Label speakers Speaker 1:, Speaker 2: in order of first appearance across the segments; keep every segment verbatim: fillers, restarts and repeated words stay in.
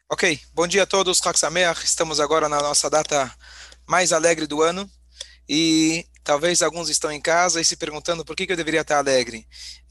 Speaker 1: Ok, bom dia a todos, Chag Sameach. Estamos agora na nossa data mais alegre do ano e talvez alguns estão em casa e se perguntando por que que eu deveria estar alegre.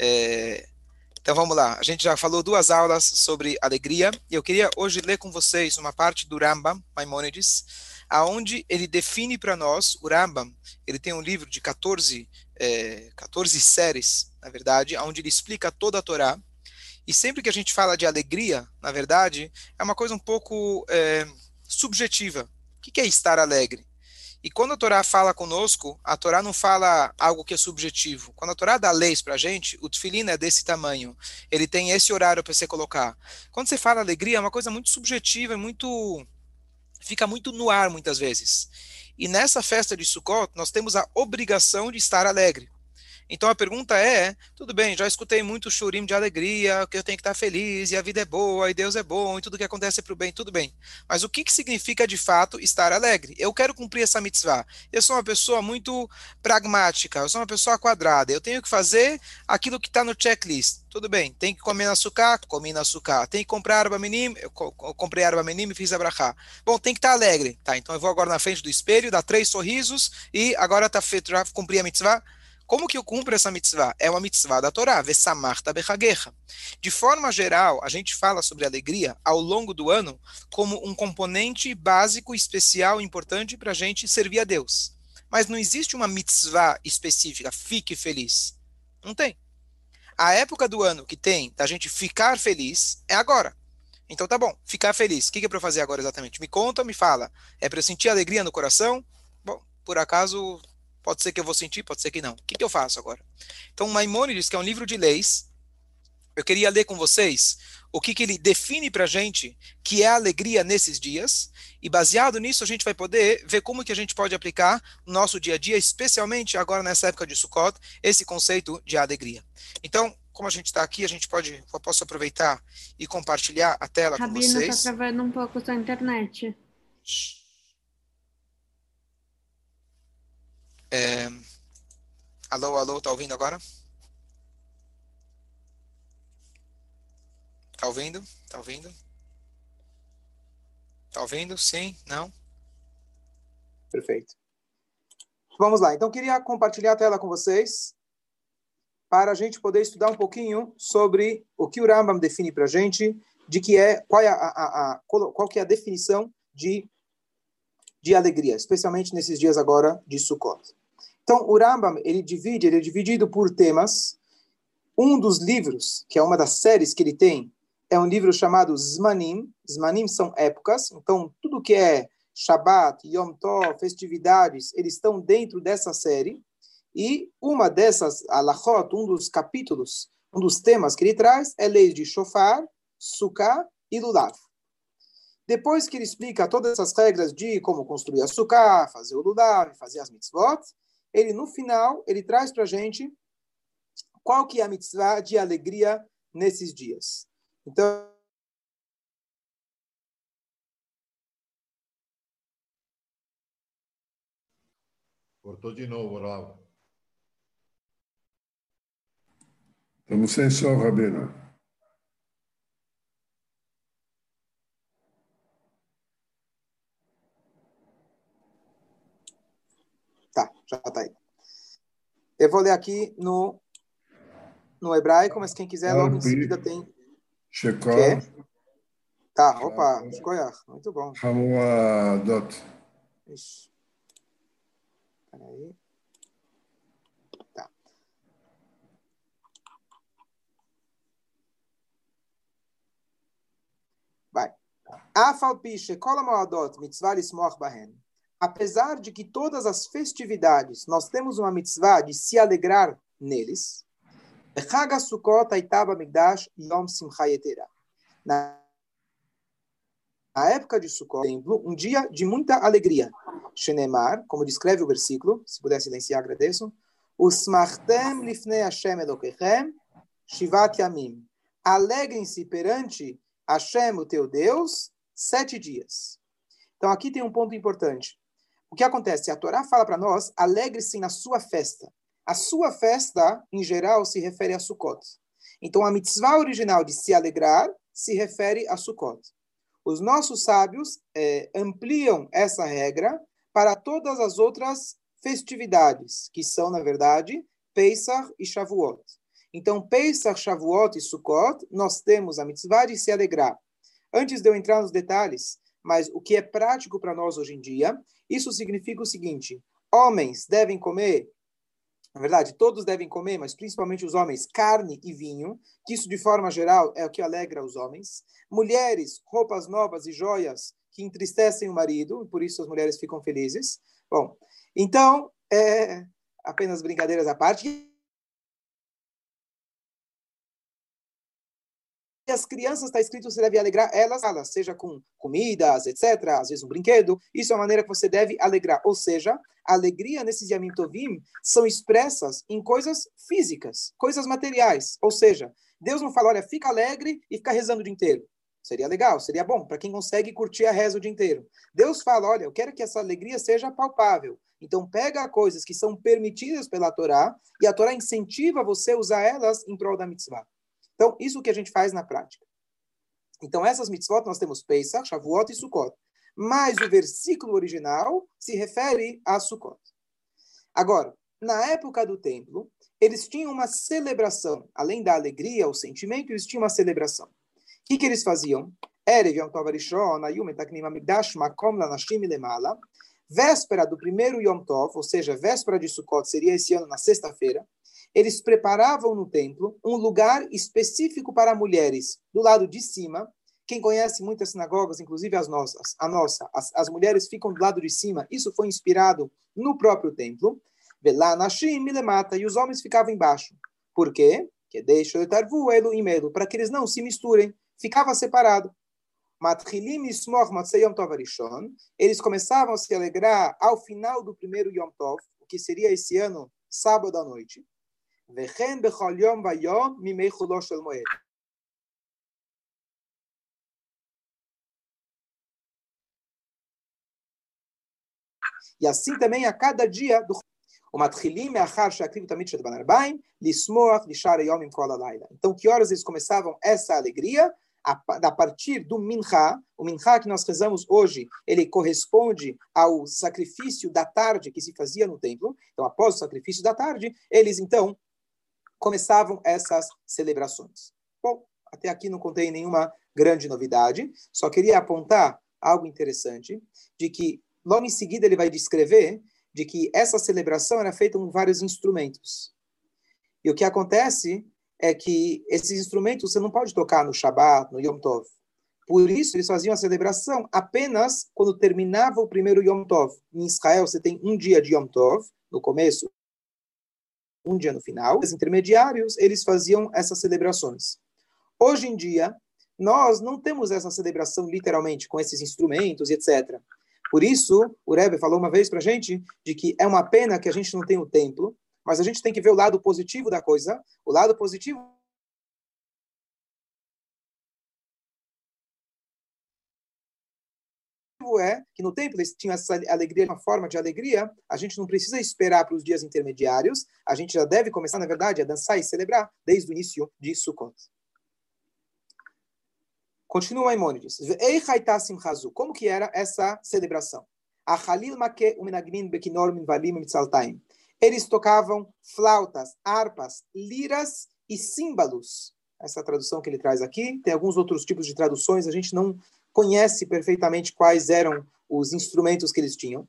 Speaker 1: É, Então vamos lá, a gente já falou duas aulas sobre alegria e eu queria hoje ler com vocês uma parte do Rambam, Maimônides, aonde ele define para nós, o Rambam, ele tem um livro de quatorze, é, quatorze séries, na verdade, onde ele explica toda a Torá. E sempre que a gente fala de alegria, na verdade, é uma coisa um pouco é, subjetiva. O que é estar alegre? E quando a Torá fala conosco, a Torá não fala algo que é subjetivo. Quando a Torá dá leis para a gente, o tefilin é desse tamanho. Ele tem esse horário para você colocar. Quando você fala alegria, é uma coisa muito subjetiva, é muito, fica muito no ar muitas vezes. E nessa festa de Sukkot, nós temos a obrigação de estar alegre. Então a pergunta é, tudo bem, já escutei muito churim de alegria, que eu tenho que estar feliz, e a vida é boa, e Deus é bom, e tudo que acontece é para o bem, tudo bem. Mas o que, que significa de fato estar alegre? Eu quero cumprir essa mitzvah. Eu sou uma pessoa muito pragmática, eu sou uma pessoa quadrada, eu tenho que fazer aquilo que está no checklist. Tudo bem, tem que comer açúcar, comi no açúcar. Tem que comprar arba minim, eu co- co- comprei arba minim e fiz abrahá. Bom, tem que estar alegre. Tá, então eu vou agora na frente do espelho, dar três sorrisos, e agora está feito, já cumpri a mitzvah. Como que eu cumpro essa mitzvah? É uma mitzvah da Torá, Vesamarta bechagecha. De forma geral, a gente fala sobre alegria ao longo do ano como um componente básico, especial, importante para a gente servir a Deus. Mas não existe uma mitzvah específica, fique feliz. Não tem. A época do ano que tem da gente ficar feliz é agora. Então tá bom, ficar feliz. O que que é para eu fazer agora exatamente? Me conta, me fala. É para eu sentir alegria no coração? Bom, por acaso, pode ser que eu vou sentir, pode ser que não. O que que eu faço agora? Então, Maimônides, que é um livro de leis, eu queria ler com vocês o que que ele define para a gente que é a alegria nesses dias, e baseado nisso a gente vai poder ver como que a gente pode aplicar no nosso dia a dia, especialmente agora nessa época de Sukkot, esse conceito de alegria. Então, como a gente está aqui, a gente pode, eu posso aproveitar e compartilhar a tela com
Speaker 2: Rabino, tá
Speaker 1: vocês.
Speaker 2: travando um pouco sua internet.
Speaker 1: É, alô, alô, tá ouvindo agora? Tá ouvindo? Tá ouvindo? Tá ouvindo? Sim? Não? Perfeito. Vamos lá. Então, queria compartilhar a tela com vocês para a gente poder estudar um pouquinho sobre o que o Rambam define para a gente, de que é qual é a, a, a qual que é a definição de, de alegria, especialmente nesses dias agora de Sukkot. Então, o Rambam ele divide, ele é dividido por temas. Um dos livros, que é uma das séries que ele tem, é um livro chamado Zmanim. Zmanim são épocas, então tudo que é Shabbat, Yom Tov, festividades, eles estão dentro dessa série. E uma dessas, alachot, um dos capítulos, um dos temas que ele traz é leis de Shofar, Sukkah e Lulav. Depois que ele explica todas essas regras de como construir a Sukkah, fazer o Lulav, fazer as mitzvot, ele no final, ele traz para a gente qual que é a mitzvah de alegria nesses dias. Então,
Speaker 3: Cortou de novo, Rav.
Speaker 4: Estamos sem som, Rabino.
Speaker 1: tá, já tá aí. Eu vou ler aqui no, no hebraico, mas quem quiser logo em seguida
Speaker 4: Alpi,
Speaker 1: tem
Speaker 4: Shekor,
Speaker 1: que. Tá, opa, Shkoyach, muito bom.
Speaker 4: Hamuadot.
Speaker 1: Ixi, peraí. Tá. Vai. Afalpi Shekol Hamoadot Mitzvah Lismoch Bahen. Apesar de que todas as festividades nós temos uma mitzvah de se alegrar neles, Chag Sukkot Aitaba Migdash Yom Simcha Yetera. Na época de Sukkot, um dia de muita alegria. Shenemar, como descreve o versículo, se puder silenciar, agradeço. Usmachtem lifnei Hashem Elokechem Shivat Yamim. Alegrem-se perante Hashem, o teu Deus, sete dias. Então aqui tem um ponto importante. O que acontece? A Torá fala para nós, alegre-se na sua festa. A sua festa, em geral, se refere a Sukkot. Então, a mitzvah original de se alegrar se refere a Sukkot. os nossos sábios é, ampliam essa regra para todas as outras festividades, que são, na verdade, Pesach e Shavuot. Então, Pesach, Shavuot e Sukkot, nós temos a mitzvah de se alegrar. Antes de eu entrar nos detalhes, mas o que é prático para nós hoje em dia, isso significa o seguinte: homens devem comer, na verdade, todos devem comer, mas principalmente os homens, carne e vinho, que isso de forma geral é o que alegra os homens. Mulheres, roupas novas e joias que entristecem o marido, por isso as mulheres ficam felizes. Bom, então, é, apenas brincadeiras à parte. E as crianças, está escrito, você deve alegrar elas, elas, seja com comidas, etcétera, às vezes um brinquedo. Isso é a maneira que você deve alegrar. Ou seja, a alegria nesses Yamim Tovim são expressas em coisas físicas, coisas materiais. Ou seja, Deus não fala, olha, fica alegre e fica rezando o dia inteiro. Seria legal, seria bom para quem consegue curtir a reza o dia inteiro. Deus fala, olha, eu quero que essa alegria seja palpável. Então pega coisas que são permitidas pela Torá e a Torá incentiva você a usar elas em prol da mitzvah. Então, isso que a gente faz na prática. Então, essas mitzvot nós temos Pesach, Shavuot e Sukkot. Mas o versículo original se refere a Sukkot. Agora, na época do templo, eles tinham uma celebração. Além da alegria, o sentimento, eles tinham uma celebração. O que, que eles faziam? Erev Yom Tov Rishon, Ayum Etaknim Amigdash, Makom Lanashim Lemala. Véspera do primeiro Yom Tov, ou seja, véspera de Sukkot, seria esse ano na sexta-feira. Eles preparavam no templo um lugar específico para mulheres, do lado de cima. Quem conhece muitas sinagogas, inclusive as nossas, a nossa, as, as mulheres ficam do lado de cima. Isso foi inspirado no próprio templo. Velá Nashim Milemata, e os homens ficavam embaixo. Por quê? Que deixa de tarvu elo e medo, para que eles não se misturem. Ficava separado. Matchilim Ismoch Matzei Tov Arishon. Eles começavam a se alegrar ao final do primeiro Yom Tov, o que seria esse ano, sábado à noite. Vechen bechol yom vayom mimei chulo shel moed. E assim também a cada dia do o matchilim achar shakriv tamid shet ban arbaim lismoach lishar yom im kol halayla. Então, que horas eles começavam essa alegria? A, a partir do mincha, o mincha que nós rezamos hoje, ele corresponde ao sacrifício da tarde que se fazia no templo. Então, após o sacrifício da tarde, eles então começavam essas celebrações. Bom, até aqui não contei nenhuma grande novidade, só queria apontar algo interessante, de que logo em seguida ele vai descrever de que essa celebração era feita com vários instrumentos. E o que acontece é que esses instrumentos você não pode tocar no Shabat, no Yom Tov. Por isso, eles faziam a celebração apenas quando terminava o primeiro Yom Tov. Em Israel, você tem um dia de Yom Tov, no começo, um dia no final. Os intermediários, eles faziam essas celebrações. Hoje em dia, nós não temos essa celebração literalmente, com esses instrumentos e etcétera. Por isso, o Rebbe falou uma vez para a gente de que é uma pena que a gente não tem o templo, mas a gente tem que ver o lado positivo da coisa. O lado positivo é que no templo eles tinham essa alegria, uma forma de alegria. A gente não precisa esperar para os dias intermediários. A gente já deve começar, na verdade, a dançar e celebrar desde o início de Sukkot. Continua Maimônides. Como que era essa celebração? Eles tocavam flautas, harpas, liras e símbolos. Essa tradução que ele traz aqui. Tem alguns outros tipos de traduções. A gente não conhece perfeitamente quais eram os instrumentos que eles tinham.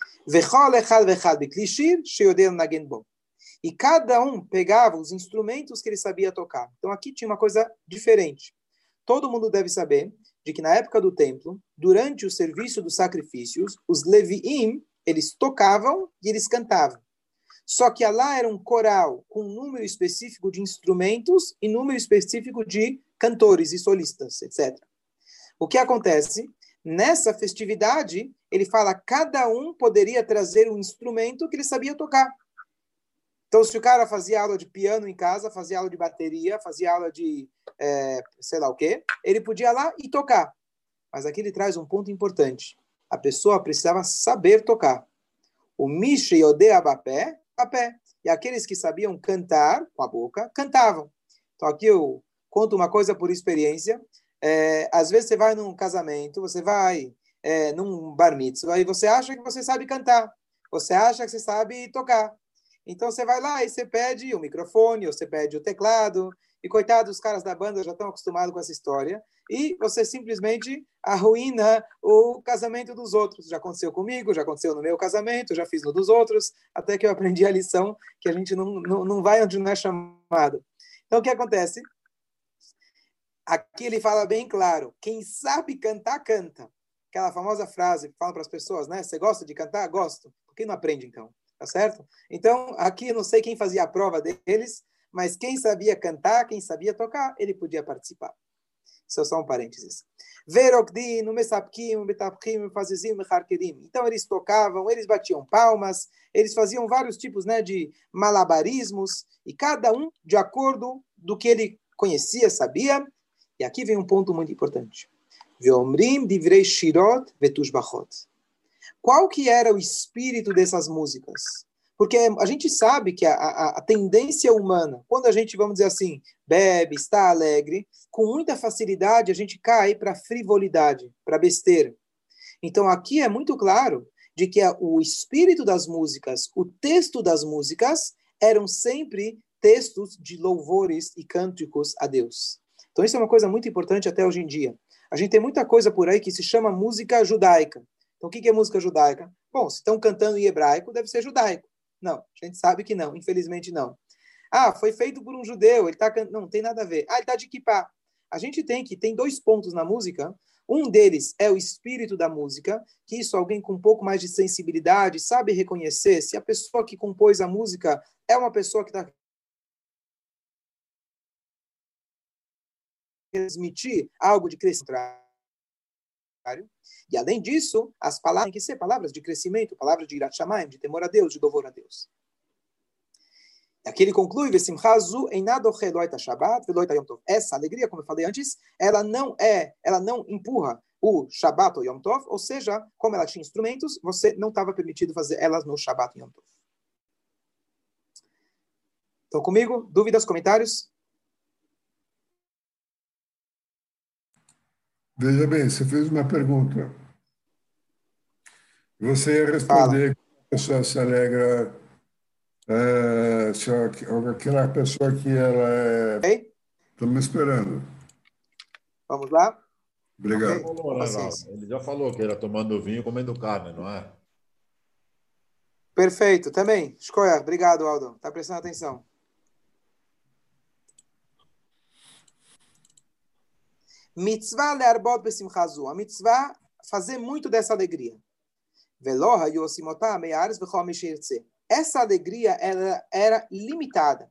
Speaker 1: E cada um pegava os instrumentos que ele sabia tocar. Então aqui tinha uma coisa diferente. Todo mundo deve saber de que na época do templo, durante o serviço dos sacrifícios, os Leviim, eles tocavam e eles cantavam. Só que lá era um coral com um número específico de instrumentos e número específico de cantores e solistas, etcétera. O que acontece? Nessa festividade, ele fala que cada um poderia trazer um instrumento que ele sabia tocar. Então, se o cara fazia aula de piano em casa, fazia aula de bateria, fazia aula de é, sei lá o quê, ele podia ir lá e tocar. Mas aqui ele traz um ponto importante. A pessoa precisava saber tocar. O Mishe Yodea Bapé, Bapé. E aqueles que sabiam cantar com a boca, cantavam. Então, aqui eu conto uma coisa por experiência. É, às vezes você vai num casamento, você vai é, num bar mitzvah e você acha que você sabe cantar, você acha que você sabe tocar. Então você vai lá e você pede o microfone, ou você pede o teclado, e coitado, os caras da banda já estão acostumados com essa história, e você simplesmente arruína o casamento dos outros. Já aconteceu comigo, já aconteceu no meu casamento, já fiz no dos outros, até que eu aprendi a lição que a gente não, não, não vai onde não é chamado. Então o que acontece? Aqui ele fala bem claro, quem sabe cantar, canta. Aquela famosa frase que fala para as pessoas, né? Você gosta de cantar? Gosto. Por que não aprende, então? Tá certo? Então, aqui eu não sei quem fazia a prova deles, mas quem sabia cantar, quem sabia tocar, ele podia participar. Isso é só um parênteses. Então, eles tocavam, eles batiam palmas, eles faziam vários tipos, né, de malabarismos, e cada um de acordo do que ele conhecia, sabia. E aqui vem um ponto muito importante. Veomrim divrei shirot vetushbachot. Qual que era o espírito dessas músicas? Porque a gente sabe que a, a, a tendência humana, quando a gente, vamos dizer assim, bebe, está alegre, com muita facilidade a gente cai para frivolidade, para besteira. Então aqui é muito claro de que a, o espírito das músicas, o texto das músicas, eram sempre textos de louvores e cânticos a Deus. Então isso é uma coisa muito importante até hoje em dia. A gente tem muita coisa por aí que se chama música judaica. Então, o que é música judaica? Bom, se estão cantando em hebraico, deve ser judaico. Não, a gente sabe que não, infelizmente não. Ah, foi feito por um judeu, ele está cantando. Não, não tem nada a ver. Ah, ele está de kippah. A gente tem que, tem dois pontos na música. Um deles é o espírito da música, que isso alguém com um pouco mais de sensibilidade sabe reconhecer se a pessoa que compôs a música é uma pessoa que está transmitir algo de crescimento. E além disso, as palavras têm que ser palavras de crescimento, palavras de Yirat Shamayim, de temor a Deus, de louvor a Deus. E aqui ele conclui, essa alegria, como eu falei antes, ela não é, ela não empurra o Shabbat ou Yom Tov, ou seja, como ela tinha instrumentos, você não estava permitido fazer elas no Shabbat e Yom Tov. Estão comigo? Dúvidas, comentários?
Speaker 4: Veja bem, você fez uma pergunta. Você ia responder que a pessoa se alegra, é, se aquela pessoa que ela é...
Speaker 1: Okay?
Speaker 4: Estou me esperando.
Speaker 1: Vamos lá?
Speaker 4: Obrigado.
Speaker 3: Okay. Falou, né, ele já falou que era tomando vinho e comendo carne, não é?
Speaker 1: Perfeito, também. Escolha. Obrigado, Aldo. Está prestando atenção. Mitzvah learbot besimchazu. A mitzvah, fazer muito dessa alegria. Veloha yosimotah me'aretz v'chol mi sheirtzeh. Essa alegria ela era limitada.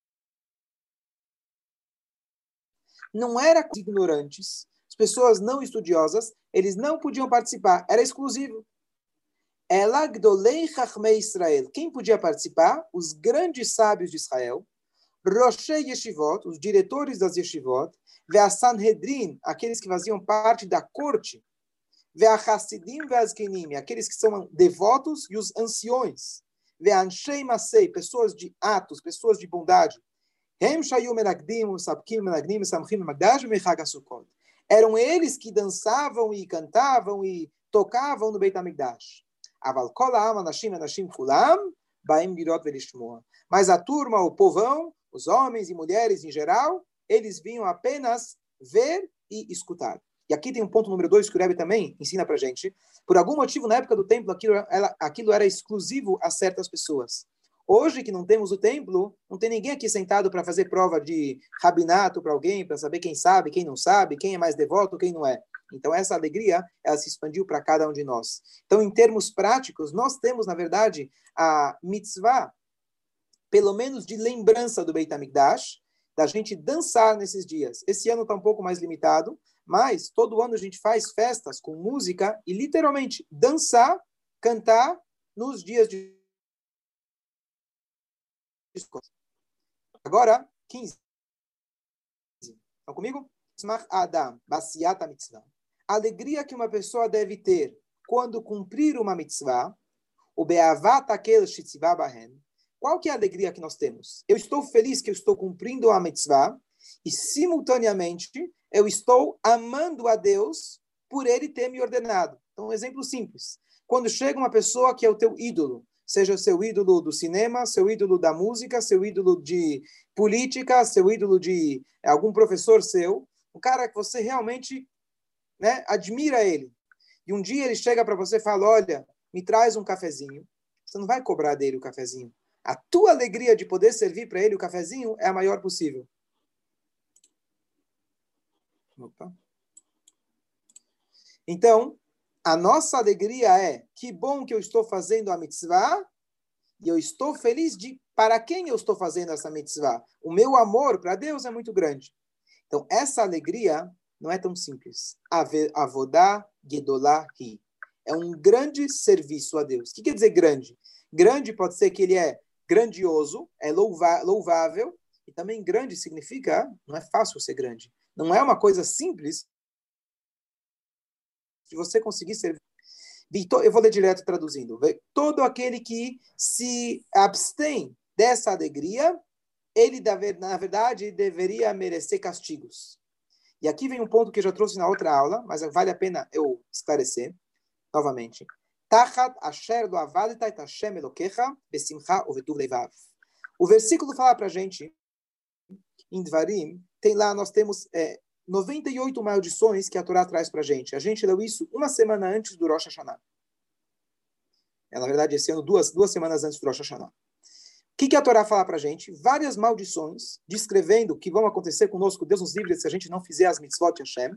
Speaker 1: Não era com os ignorantes, as pessoas não estudiosas, eles não podiam participar, era exclusivo. Ela gdolei chachmei Israel. Quem podia participar? Os grandes sábios de Israel, Roshei Yeshivot, os diretores das Yeshivot, Ve'asanhedrin, aqueles que faziam parte da corte, Ve'achassidim ve'azkenim, aqueles que são devotos e os anciões, Ve'anshei Masei, pessoas de atos, pessoas de bondade, eram eles que dançavam e cantavam e tocavam no Beit HaMikdash. Mas a turma, o povão, os homens e mulheres em geral, eles vinham apenas ver e escutar. E aqui tem um ponto número dois que o Rebbe também ensina para a gente. Por algum motivo, na época do templo, aquilo, ela, aquilo era exclusivo a certas pessoas. Hoje, que não temos o templo, não tem ninguém aqui sentado para fazer prova de rabinato para alguém, para saber quem sabe, quem não sabe, quem é mais devoto, quem não é. Então, essa alegria, ela se expandiu para cada um de nós. Então, em termos práticos, nós temos, na verdade, a mitzvah, pelo menos de lembrança do Beit HaMikdash, da gente dançar nesses dias. Esse ano está um pouco mais limitado, mas todo ano a gente faz festas com música e, literalmente, dançar, cantar nos dias de agora, quinze. Estão comigo? Adam, Basiat mitzvah. A alegria que uma pessoa deve ter quando cumprir uma mitzvah, o beavat akel shitzivah bahen. Qual que é a alegria que nós temos? Eu estou feliz que eu estou cumprindo a mitzvah
Speaker 5: E, simultaneamente, eu estou amando a Deus por Ele ter me ordenado. Então, um exemplo simples. Quando chega uma pessoa que é o teu ídolo, seja o seu ídolo do cinema, seu ídolo da música, seu ídolo de política, seu ídolo de algum professor seu, um cara que você realmente, né, admira ele. E um dia ele chega para você e fala, olha, me traz um cafezinho. Você não vai cobrar dele o cafezinho. A tua alegria de poder servir para ele o cafezinho é a maior possível. Opa. Então, a nossa alegria é, que bom que eu estou fazendo a mitzvah, e eu estou feliz de para quem eu estou fazendo essa mitzvah. O meu amor para Deus é muito grande. Então, essa alegria não é tão simples. Avodá gedolá hi. É um grande serviço a Deus. O que quer dizer grande? Grande pode ser que ele é grandioso, é louva, louvável, e também grande significa, não é fácil ser grande. Não é uma coisa simples de você conseguir servir. Eu vou ler direto traduzindo. Todo aquele que se abstém dessa alegria, ele, na verdade, deveria merecer castigos. E aqui vem um ponto que eu já trouxe na outra aula, mas vale a pena eu esclarecer novamente. Tachat asher do avadita et Hashem elokecha besimcha uvetuv leivav. O versículo fala para a gente, em Dvarim, tem lá, nós temos é, noventa e oito maldições que a Torá traz para a gente. A gente leu isso uma semana antes do Rosh Hashanah. É, na verdade, esse ano, duas, duas semanas antes do Rosh Hashanah. O que, que a Torá fala para a gente? Várias maldições, descrevendo o que vão acontecer conosco. Deus nos livre se a gente não fizer as mitzvot de Hashem.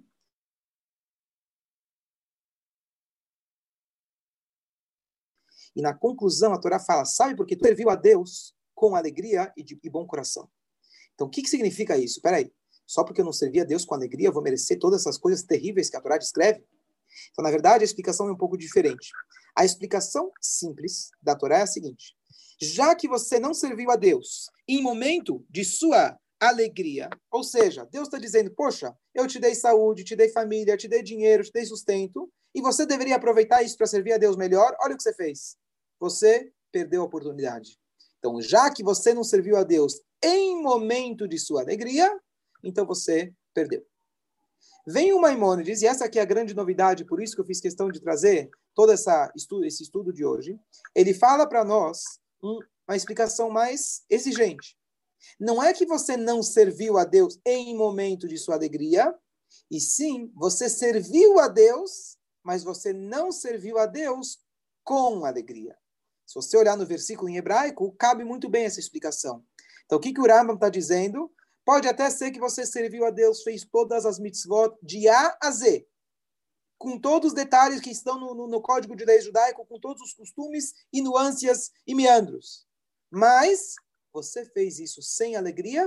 Speaker 5: E na conclusão, a Torá fala, sabe por que tu serviu a Deus com alegria e, de, e bom coração? Então, o que, que significa isso? Espera aí. Só porque eu não servi a Deus com alegria, eu vou merecer todas essas coisas terríveis que a Torá descreve? Então, na verdade, a explicação é um pouco diferente. A explicação simples da Torá é a seguinte. Já que você não serviu a Deus em momento de sua alegria, ou seja, Deus está dizendo, poxa, eu te dei saúde, te dei família, te dei dinheiro, te dei sustento, e você deveria aproveitar isso para servir a Deus melhor, olha o que você fez. Você perdeu a oportunidade. Então, já que você não serviu a Deus em momento de sua alegria, então você perdeu. Vem o Maimônides, e essa aqui é a grande novidade, por isso que eu fiz questão de trazer todo essa estudo, esse estudo de hoje. Ele fala para nós um, uma explicação mais exigente. Não é que você não serviu a Deus em momento de sua alegria, e sim, você serviu a Deus, mas você não serviu a Deus com alegria. Se você olhar no versículo em hebraico, cabe muito bem essa explicação. Então, o que, que o Rambam está dizendo? Pode até ser que você serviu a Deus, fez todas as mitzvot de A a Z, com todos os detalhes que estão no, no, no Código de Lei Judaico, com todos os costumes e nuances e meandros. Mas você fez isso sem alegria?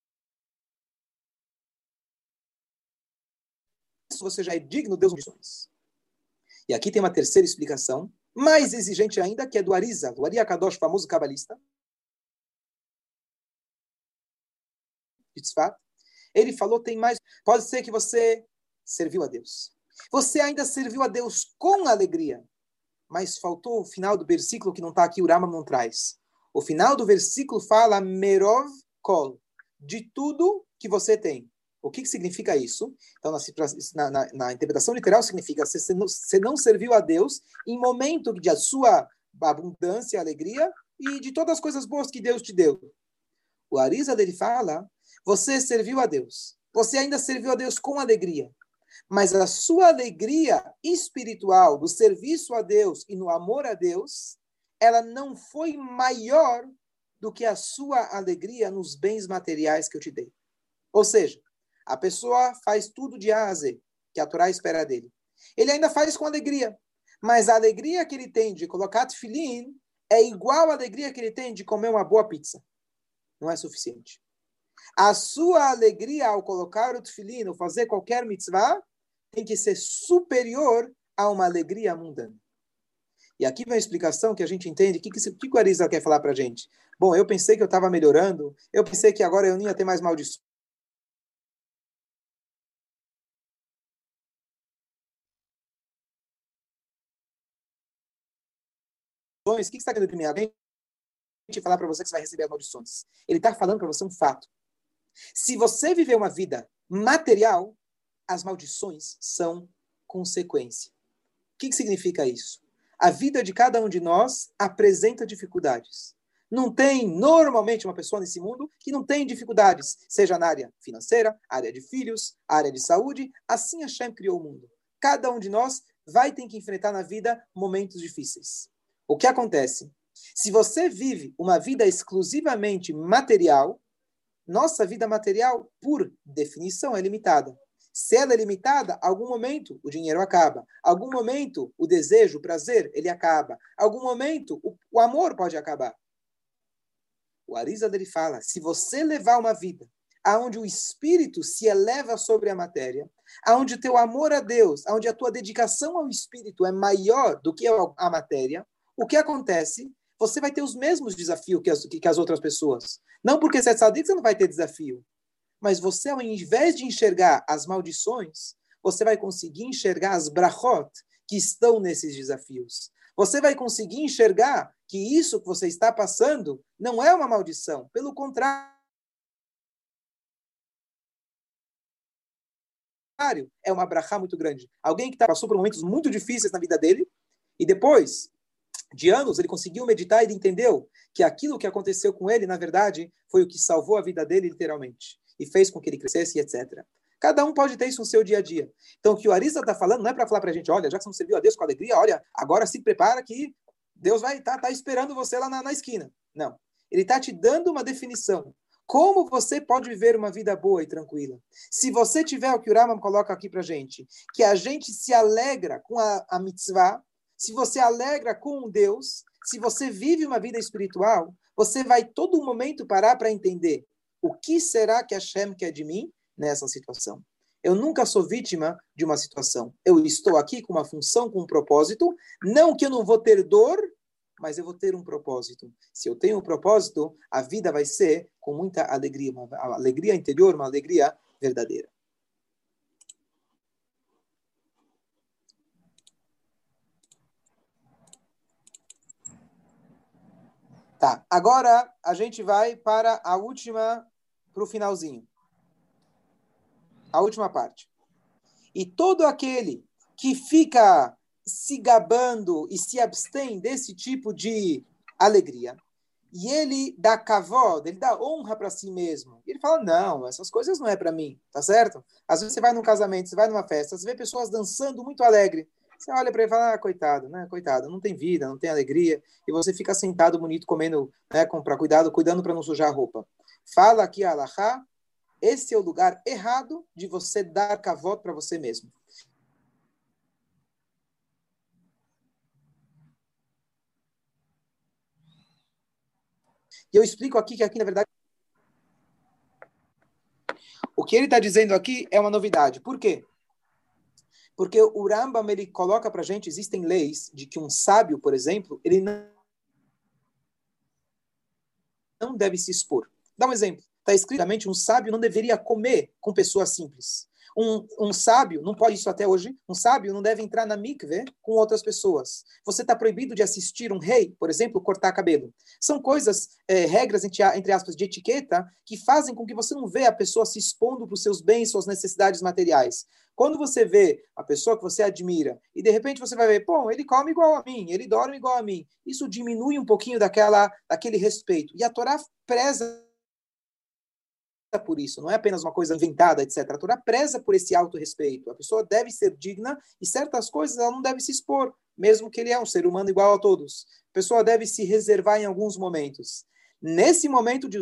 Speaker 5: Isso você já é digno de Deus missões. E aqui tem uma terceira explicação, mais exigente ainda, que é do Arizal, do Ari Akadosh, famoso cabalista. Ele falou, tem mais. Pode ser que você serviu a Deus. Você ainda serviu a Deus com alegria, mas faltou o final do versículo que não está aqui, o Rambam não traz. O final do versículo fala Merov Kol, de tudo que você tem. O que, que significa isso? Então, na, na, na interpretação literal, significa que você não, você não serviu a Deus em momento de a sua abundância, alegria e de todas as coisas boas que Deus te deu. O Arizal dele fala, você serviu a Deus. Você ainda serviu a Deus com alegria. Mas a sua alegria espiritual, do serviço a Deus e no amor a Deus, ela não foi maior do que a sua alegria nos bens materiais que eu te dei. Ou seja, a pessoa faz tudo de A a Z, que a Torá espera dele. Ele ainda faz com alegria. Mas a alegria que ele tem de colocar tefilim é igual à alegria que ele tem de comer uma boa pizza. Não é suficiente. A sua alegria ao colocar o tefilim ou fazer qualquer mitzvah tem que ser superior a uma alegria mundana. E aqui vem a explicação que a gente entende. O que, que, que o Arizal quer falar para a gente? Bom, eu pensei que eu estava melhorando, eu pensei que agora eu não ia ter mais maldições. O que, que está querendo primeiramente falar para você que você vai receber as maldições? Ele está falando para você um fato. Se você viver uma vida material, as maldições são consequência. O que, que significa isso? A vida de cada um de nós apresenta dificuldades. Não tem, normalmente, uma pessoa nesse mundo que não tem dificuldades, seja na área financeira, área de filhos, área de saúde. Assim Hashem criou o mundo. Cada um de nós vai ter que enfrentar na vida momentos difíceis. O que acontece? Se você vive uma vida exclusivamente material, nossa vida material, por definição, é limitada. Se ela é limitada, algum momento o dinheiro acaba. Algum momento o desejo, o prazer, ele acaba. Algum momento o, o amor pode acabar. O Arizal dele fala, se você levar uma vida aonde o espírito se eleva sobre a matéria, aonde o teu amor a Deus, aonde a tua dedicação ao espírito é maior do que a matéria, o que acontece? Você vai ter os mesmos desafios que as, que as outras pessoas. Não porque você é tzadik, você não vai ter desafio. Mas você, ao invés de enxergar as maldições, você vai conseguir enxergar as brachot que estão nesses desafios. Você vai conseguir enxergar que isso que você está passando não é uma maldição. Pelo contrário, é uma brachá muito grande. Alguém que passou por momentos muito difíceis na vida dele e depois de anos ele conseguiu meditar e ele entendeu que aquilo que aconteceu com ele, na verdade, foi o que salvou a vida dele literalmente e fez com que ele crescesse e etcétera. Cada um pode ter isso no seu dia a dia. Então, o que o Arizal está falando não é para falar para a gente, olha, já que você não serviu a Deus com alegria, olha, agora se prepara que Deus vai estar tá, tá esperando você lá na, na esquina. Não. Ele está te dando uma definição. Como você pode viver uma vida boa e tranquila? Se você tiver o que o Rambam coloca aqui para a gente, que a gente se alegra com a, a mitzvah, se você alegra com Deus, se você vive uma vida espiritual, você vai todo momento parar para entender o que será que Hashem quer de mim nessa situação. Eu nunca sou vítima de uma situação. Eu estou aqui com uma função, com um propósito. Não que eu não vou ter dor, mas eu vou ter um propósito. Se eu tenho um propósito, a vida vai ser com muita alegria, uma alegria interior, uma alegria verdadeira. Tá, agora a gente vai para a última, para o finalzinho. A última parte. E todo aquele que fica se gabando e se abstém desse tipo de alegria, e ele dá kavod, ele dá honra para si mesmo, ele fala, não, essas coisas não é para mim, tá certo? Às vezes você vai num casamento, você vai numa festa, você vê pessoas dançando muito alegre, você olha para ele e fala, ah, coitado, né, coitado, não tem vida, não tem alegria, e você fica sentado bonito, comendo, né, para cuidado, cuidando para não sujar a roupa. Fala aqui a Alahá, esse é o lugar errado de você dar kavod para você mesmo. E eu explico aqui que aqui, na verdade, o que ele está dizendo aqui é uma novidade. Por quê? Porque o Rambam, ele coloca para a gente, existem leis de que um sábio, por exemplo, ele não, não deve se expor. Dá um exemplo. Está escrito, um sábio não deveria comer com pessoas simples. Um, um sábio, não pode isso até hoje, um sábio não deve entrar na mikve com outras pessoas. Você está proibido de assistir um rei, por exemplo, cortar cabelo. São coisas, é, regras, entre, entre aspas, de etiqueta, que fazem com que você não vê a pessoa se expondo para os seus bens, suas necessidades materiais. Quando você vê a pessoa que você admira, e de repente você vai ver, pô, ele come igual a mim, ele dorme igual a mim, isso diminui um pouquinho daquela, daquele respeito. E a Torá preza por isso, não é apenas uma coisa inventada, etcétera. A Torá preza por esse autorrespeito. A pessoa deve ser digna e certas coisas ela não deve se expor, mesmo que ele é um ser humano igual a todos. A pessoa deve se reservar em alguns momentos. Nesse momento de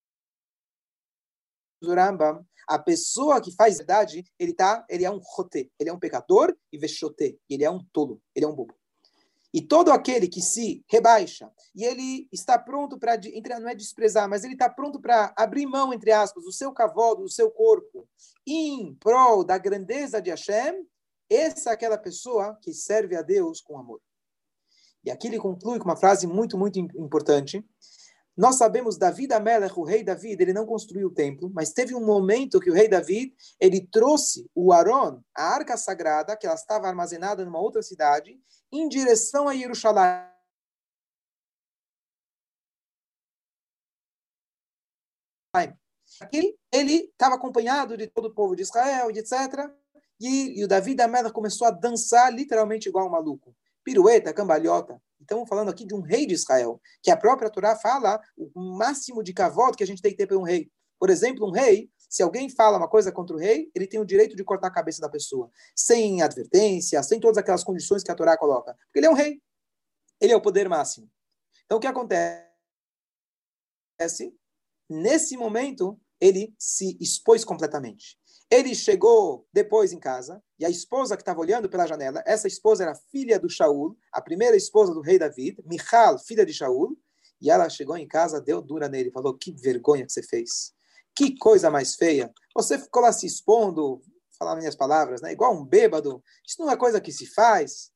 Speaker 5: Rambam, a pessoa que faz verdade, ele, tá, ele é um roté, ele é um pecador e vexoté, ele é um tolo, ele é um bobo. E todo aquele que se rebaixa, e ele está pronto para, não é desprezar, mas ele está pronto para abrir mão, entre aspas, do seu cavalo, do seu corpo, em prol da grandeza de Hashem, essa é aquela pessoa que serve a Deus com amor. E aqui ele conclui com uma frase muito, muito importante. Nós sabemos David Amelech, o rei David, ele não construiu o templo, mas teve um momento que o rei David, ele trouxe o Aron, a arca sagrada, que ela estava armazenada numa outra cidade, em direção a Jerusalém. Aqui ele estava acompanhado de todo o povo de Israel, etcétera. E, e o Davi da Melech começou a dançar literalmente igual um maluco. Pirueta, cambalhota. Estamos falando aqui de um rei de Israel, que a própria Torá fala o máximo de kavod que a gente tem que ter para um rei. Por exemplo, um rei, se alguém fala uma coisa contra o rei, ele tem o direito de cortar a cabeça da pessoa, sem advertência, sem todas aquelas condições que a Torá coloca. Porque ele é um rei. Ele é o poder máximo. Então, o que acontece? Nesse momento, ele se expôs completamente. Ele chegou depois em casa, e a esposa que estava olhando pela janela, essa esposa era filha do Shaul, a primeira esposa do rei David, Michal, filha de Shaul, e ela chegou em casa, deu dura nele, falou, que vergonha que você fez. Que coisa mais feia. Você ficou lá se expondo, vou falar minhas palavras, né? Igual um bêbado. Isso não é coisa que se faz.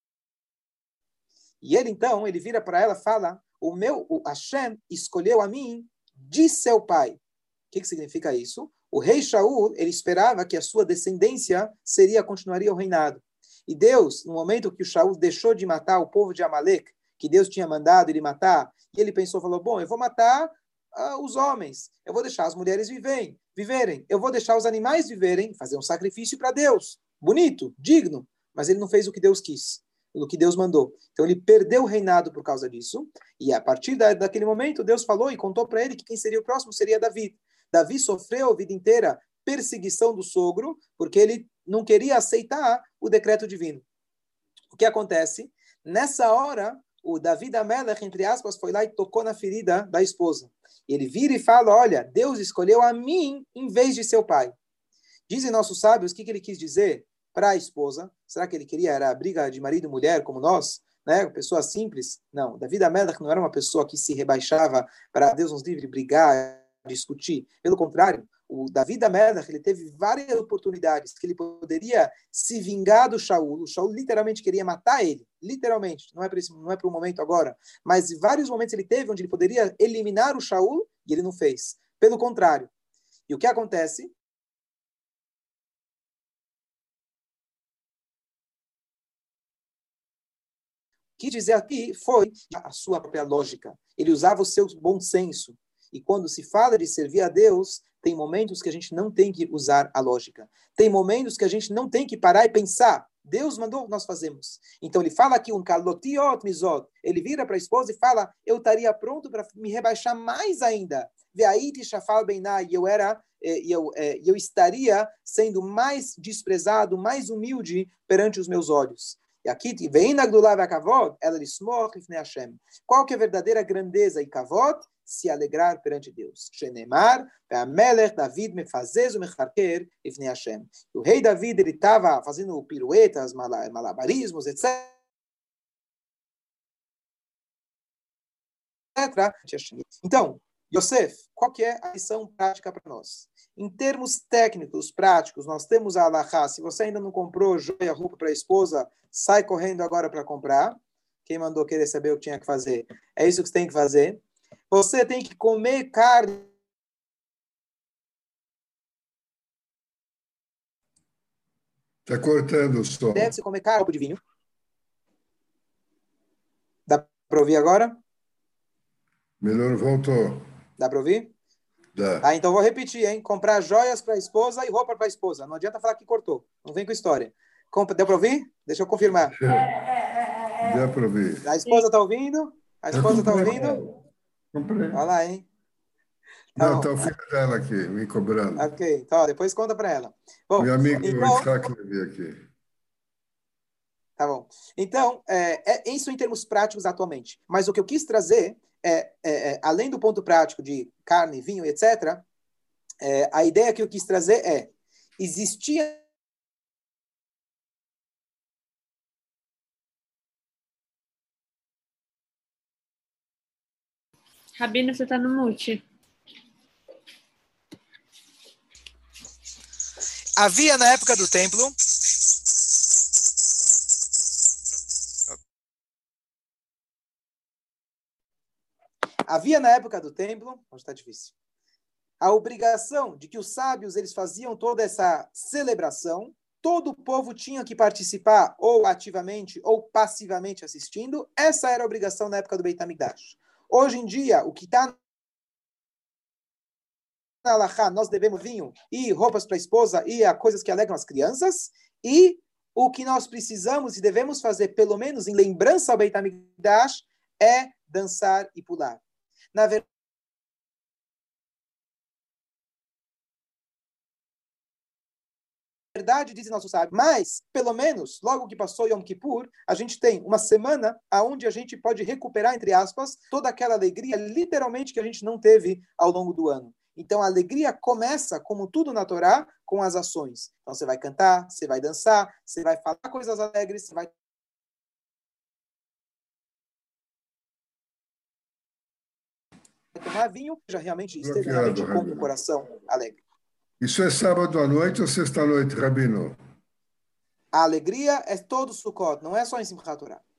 Speaker 5: E ele, então, ele vira para ela e fala, o meu, o Hashem escolheu a mim de seu pai. O que, que significa isso? O rei Shaul, ele esperava que a sua descendência seria, continuaria o reinado. E Deus, no momento que o Shaul deixou de matar o povo de Amalek, que Deus tinha mandado ele matar, e ele pensou, falou, bom, eu vou matar uh, os homens, eu vou deixar as mulheres viverem, viverem, eu vou deixar os animais viverem, fazer um sacrifício para Deus. Bonito, digno, mas ele não fez o que Deus quis, o que Deus mandou. Então ele perdeu o reinado por causa disso, e a partir da, daquele momento, Deus falou e contou para ele que quem seria o próximo seria Davi. Davi sofreu a vida inteira perseguição do sogro, porque ele não queria aceitar o decreto divino. O que acontece? Nessa hora, o Davi da Melech, entre aspas, foi lá e tocou na ferida da esposa. Ele vira e fala, olha, Deus escolheu a mim em vez de seu pai. Dizem nossos sábios, o que, que ele quis dizer para a esposa? Será que ele queria, era a briga de marido e mulher, como nós? Né? Pessoa simples? Não, Davi da Melech não era uma pessoa que se rebaixava para Deus nos livre brigar, discutir. Pelo contrário, o Davi da Melech, ele teve várias oportunidades que ele poderia se vingar do Shaul. O Shaul literalmente queria matar ele, literalmente, não é para esse, não é para o momento agora, mas vários momentos ele teve onde ele poderia eliminar o Shaul e ele não fez. Pelo contrário. E o que acontece? Que dizer aqui foi a sua própria lógica. Ele usava o seu bom senso. E quando se fala de servir a Deus, tem momentos que a gente não tem que usar a lógica. Tem momentos que a gente não tem que parar e pensar. Deus mandou, nós fazemos. Então ele fala aqui um kalotiot mizot. Ele vira para a esposa e fala, eu estaria pronto para me rebaixar mais ainda. Ve'aiti shafal beinai, eu era, eu, eu estaria sendo mais desprezado, mais humilde perante os meus olhos. E aqui, ela qual que é a verdadeira grandeza e kavod? Se alegrar perante Deus. Shenemar, Melech David mefazez o mecharker ifnei Hashem. O rei David, ele estava fazendo piruetas, malabarismos, etcétera. Então, Yosef, qual que é a lição prática para nós? Em termos técnicos, práticos, nós temos a halachá. Se você ainda não comprou joia, roupa para a esposa, sai correndo agora para comprar. Quem mandou querer saber o que tinha que fazer? É isso que você tem que fazer. Você tem que comer carne.
Speaker 4: Está cortando o som.
Speaker 5: Deve-se comer carne, copo de vinho. Dá para ouvir agora?
Speaker 4: Melhor, voltou.
Speaker 5: Dá para ouvir?
Speaker 4: Dá.
Speaker 5: Ah, então vou repetir, hein? Comprar joias para a esposa e roupa para a esposa. Não adianta falar que cortou. Não vem com história. Compra... Deu para ouvir? Deixa eu confirmar.
Speaker 4: Deu para ouvir.
Speaker 5: A esposa está ouvindo? A esposa está ouvindo?
Speaker 4: Comprei.
Speaker 5: Olha lá, hein? Tá
Speaker 4: Não,
Speaker 5: bom.
Speaker 4: está o filho dela aqui, me cobrando.
Speaker 5: Ok, então ó, depois conta para ela. Bom,
Speaker 4: Meu amigo
Speaker 5: então,
Speaker 4: Isaac Levi aqui.
Speaker 5: tá bom. Então, é, é isso em termos práticos atualmente. Mas o que eu quis trazer, é, é, é além do ponto prático de carne, vinho, etcétera, é, a ideia que eu quis trazer é, existia
Speaker 2: Rabino, você está no mute.
Speaker 1: Havia na época do templo
Speaker 5: Havia na época do templo, hoje está difícil, a obrigação de que os sábios eles faziam toda essa celebração, todo o povo tinha que participar ou ativamente ou passivamente assistindo, essa era a obrigação na época do Beit HaMikdash. Hoje em dia, o que está Alahá, nós devemos vinho e roupas para a esposa e a coisas que alegram as crianças. E o que nós precisamos e devemos fazer, pelo menos em lembrança ao Beit HaMikdash, é dançar e pular. Na verdade, verdade, dizem nossos sábios, mas, pelo menos, logo que passou Yom Kippur, a gente tem uma semana onde a gente pode recuperar, entre aspas, toda aquela alegria, literalmente, que a gente não teve ao longo do ano. Então, a alegria começa, como tudo na Torá, com as ações. Então, você vai cantar, você vai dançar, você vai falar coisas alegres, você vai tomar vinho, já realmente esteja realmente com o coração alegre.
Speaker 4: Isso é sábado à noite ou sexta-noite, Rabino?
Speaker 5: A alegria é todo Sukkot, não é só em Simchat Torah.